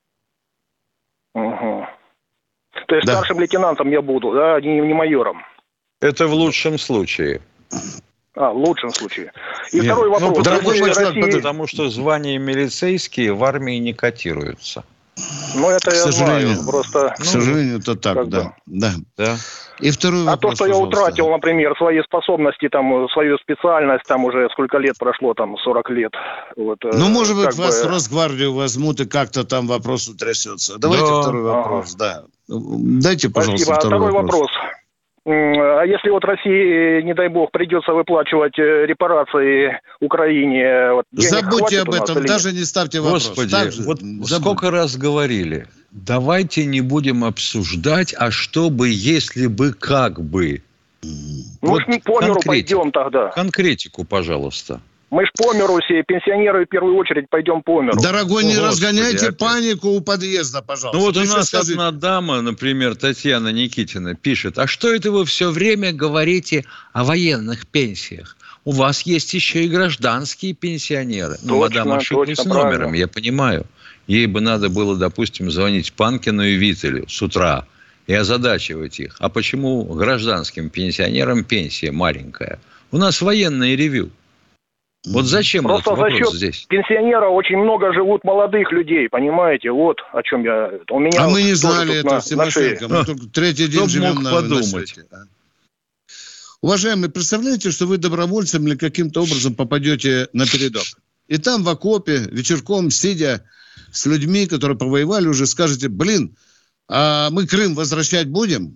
Угу. То есть да. старшим лейтенантом я буду, да, не, не майором. Это в лучшем случае. А, в лучшем случае. И Нет. второй вопрос. Ну, потому, что, России... потому что звания милицейские в армии не котируются. Ну, это к я сожалению, знаю. Просто, к ну, сожалению, это так, да. да. да. И второй вопрос, а то, что пожалуйста. Я утратил, например, свои способности, там, свою специальность, там уже сколько лет прошло, там, сорок лет. Вот, ну, может быть, бы... вас в Росгвардию возьмут, и как-то там вопрос утрясется. Давайте да. второй вопрос, ага. да. Дайте, пожалуйста, Спасибо. второй, а второй вопрос. вопрос. А если вот России, не дай бог, придется выплачивать репарации Украине... Вот, забудьте об этом, даже не ставьте вопрос. Господи, вот забудьте. Сколько раз говорили, давайте не будем обсуждать, а что бы, если бы, как бы. Мы Вот ж не по миру пойдем тогда. Конкретику, пожалуйста. Мы ж по миру все, пенсионеры в первую очередь пойдем по миру. Дорогой, не О, разгоняйте Господи, панику у подъезда, пожалуйста. Ну вот Вы у еще нас скажите. одна дама, например, Татьяна Никитина, пишет: а что это вы все время говорите о военных пенсиях? У вас есть еще и гражданские пенсионеры. Ну, Точно, мадам ошиблась точно, с номером, правильно. я понимаю. Ей бы надо было, допустим, звонить Панкину и Вителю с утра и озадачивать их. А почему гражданским пенсионерам пенсия маленькая? У нас военное ревю. Вот зачем Просто этот за вопрос счет здесь? пенсионеров очень много живут молодых людей, понимаете? Вот о чем я... У меня А вот мы не тоже знали тут это, на- Тимошенко. на Мы А, только третий день кто б живем мог на, на подумать? свете. а. Уважаемые, представляете, что вы добровольцем или каким-то образом попадете на передок. И там в окопе, вечерком, сидя с людьми, которые повоевали, уже скажете: блин, а мы Крым возвращать будем?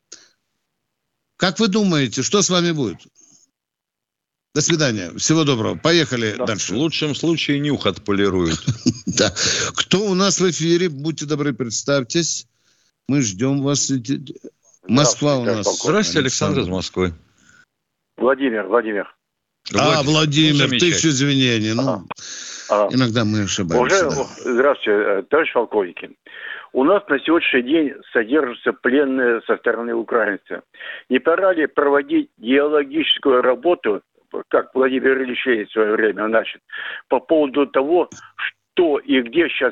Как вы думаете, что с вами будет? До свидания. Всего доброго. Поехали Да. дальше. В лучшем случае нюх отполируют. Да. Кто у нас в эфире? Будьте добры, представьтесь. Мы ждем вас. Москва у нас. Здравствуйте, Александр из Москвы. Владимир, Владимир. А, Владимир, Ну, тысячу извинений. Ну, Ага. иногда мы ошибаемся. Уже, да. здравствуйте, товарищ полковники. У нас на сегодняшний день содержатся пленные со стороны украинцев. Не пора ли проводить геологическую работу, как Владимир Ильич в свое время начал, по поводу того, что и где сейчас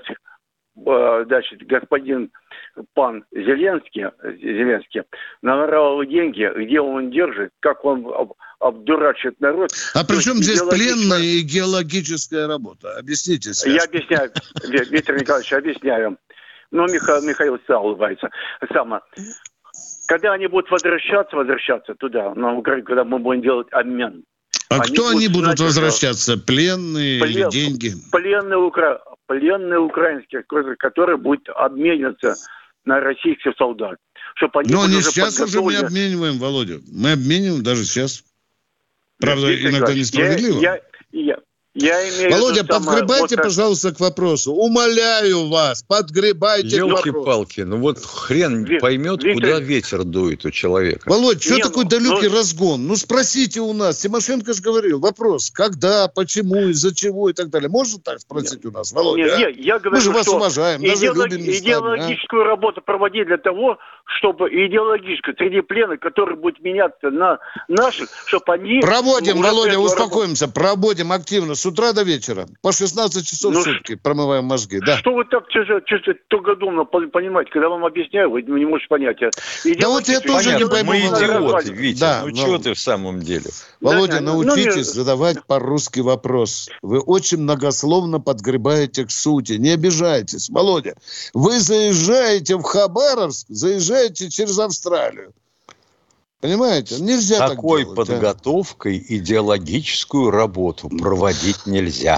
значит, господин пан Зеленский, Зеленский наворовал деньги, где он держит, как он об, обдурачит народ. А при чем здесь идеологично... пленная и геологическая работа? Объясните связку. Я объясняю, Виктор Николаевич, объясняю. Ну, Михаил, Михаил сам улыбается. Сама. Когда они будут возвращаться, возвращаться туда, на Украину, когда мы будем делать обмен. А они кто они будут знать, возвращаться? Пленные Плен, или деньги? Пленные, укра... пленные украинские, которые будут обмениваться на российских солдат. Чтобы они Но не уже сейчас уже мы обмениваем, Володя. Мы обмениваем даже сейчас. Правда, Виктор иногда Николаевич, несправедливо. Я, я, я, я имею Володя, в виду самое, подгребайте, вот, пожалуйста, к вопросу. Умоляю вас, подгребайте к вопросу. Елки-палки, ну вот хрен Ви- поймет, Виктор- куда ветер дует у человека. Володь, что Не, такой ну, далекий ну- разгон? Ну, спросите у нас. Тимошенко же говорил. Вопрос, когда, почему, из-за чего и так далее. Можно так спросить у нас, Володя? Не, а? не, я говорю, Мы же вас что уважаем, даже идеолог- любим местами, идеологическую работу проводить для того, чтобы идеологическую среди пленных, которые будут меняться на наших, чтобы они... Проводим, уже Володя, эту успокоимся. Проводим активно с утра до вечера. По шестнадцать часов Ну, в сутки промываем мозги. Да. Что вы так тугодумно понимаете, когда вам объясняю, вы не можете понять. А Да вот я тоже не Понятно, пойму, мы Володя. идиоты, Витя. Да, ну но- что ты в самом деле? Володя, Да, да, ну, научитесь ну, задавать по-русски вопрос. Вы очень многословно подгребаете к сути. Не обижайтесь. Володя, вы заезжаете в Хабаровск, заезжаете через Австралию. Понимаете? Нельзя Такой так делать. подготовкой идеологическую работу проводить нельзя.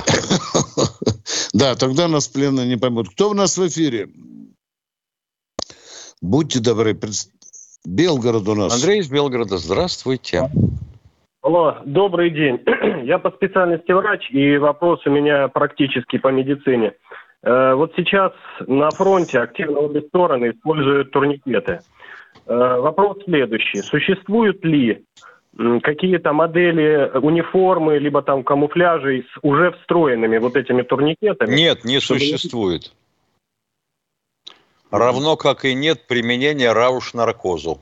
Да, тогда нас пленные не поймут. Кто у нас в эфире? Будьте добры. пред- Белгород у нас. Андрей из Белгорода, здравствуйте. Алло, добрый день. Я по специальности врач, и вопрос у меня практически по медицине. Э, вот сейчас на фронте активно обе стороны используют турникеты. Э, вопрос следующий. Существуют ли м, какие-то модели униформы, либо там камуфляжей с уже встроенными вот этими турникетами? Нет, не Чтобы- существует. Равно как и нет применения рауш-наркозу.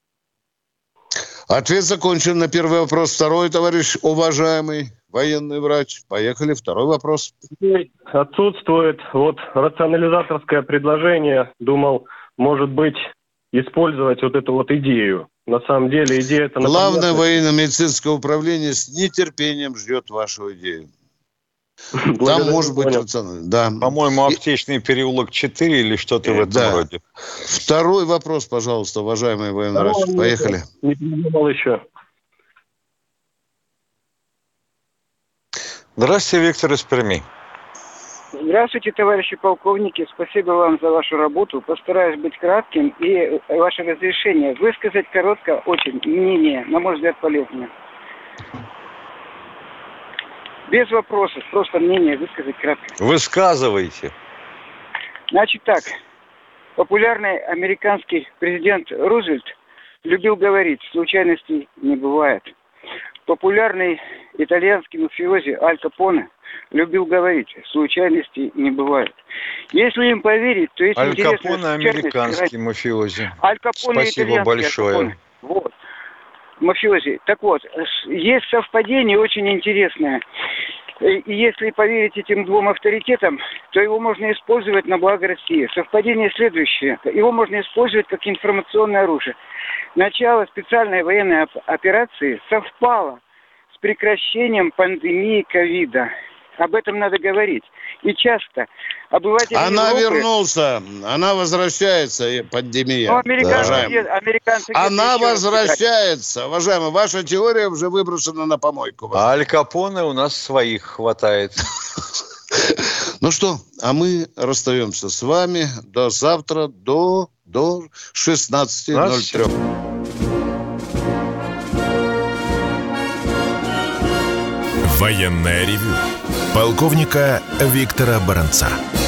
Ответ закончен на первый вопрос. Второй, товарищ уважаемый военный врач. Поехали. Второй вопрос. Отсутствует вот рационализаторское предложение. Думал, может быть, использовать вот эту вот идею. На самом деле идея это... Главное военно-медицинское управление с нетерпением ждет вашу идею. Там может быть рационально. Да. По-моему, аптечный переулок четыре или что-то в этом Да. роде. Второй вопрос, пожалуйста, уважаемый военный врач. Поехали. Не придумал еще. Здравствуйте, Виктор из Перми. Здравствуйте, товарищи полковники. Спасибо вам за вашу работу. Постараюсь быть кратким и ваше разрешение высказать коротко очень мнение, на мой взгляд, полезное. Без вопросов, просто мнение высказать кратко. Высказывайте. Значит так, Популярный американский президент Рузвельт любил говорить, случайностей не бывает. Популярный итальянский мафиози Аль Капоне любил говорить, случайностей не бывает. Если им поверить, то есть Аль Капоне американский мафиози. Аль Капоне Спасибо большое. Аль Капоне. Вот. Мафиози. Так вот, есть совпадение очень интересное. И если поверить этим двум авторитетам, то его можно использовать на благо России. Совпадение следующее. Его можно использовать как информационное оружие. Начало специальной военной операции совпало с прекращением пандемии ковида. Об этом надо говорить. И часто обыватели Она Европы... вернулся, она возвращается, пандемия. Ну, американцы, где, американцы она возвращается. Уважаемый, ваша теория уже выброшена на помойку. А Аль Капоне у нас своих хватает. Ну что, а мы расстаемся с вами до завтра, до, до шестнадцати ноль три. Военное ревю полковника Виктора Баранца.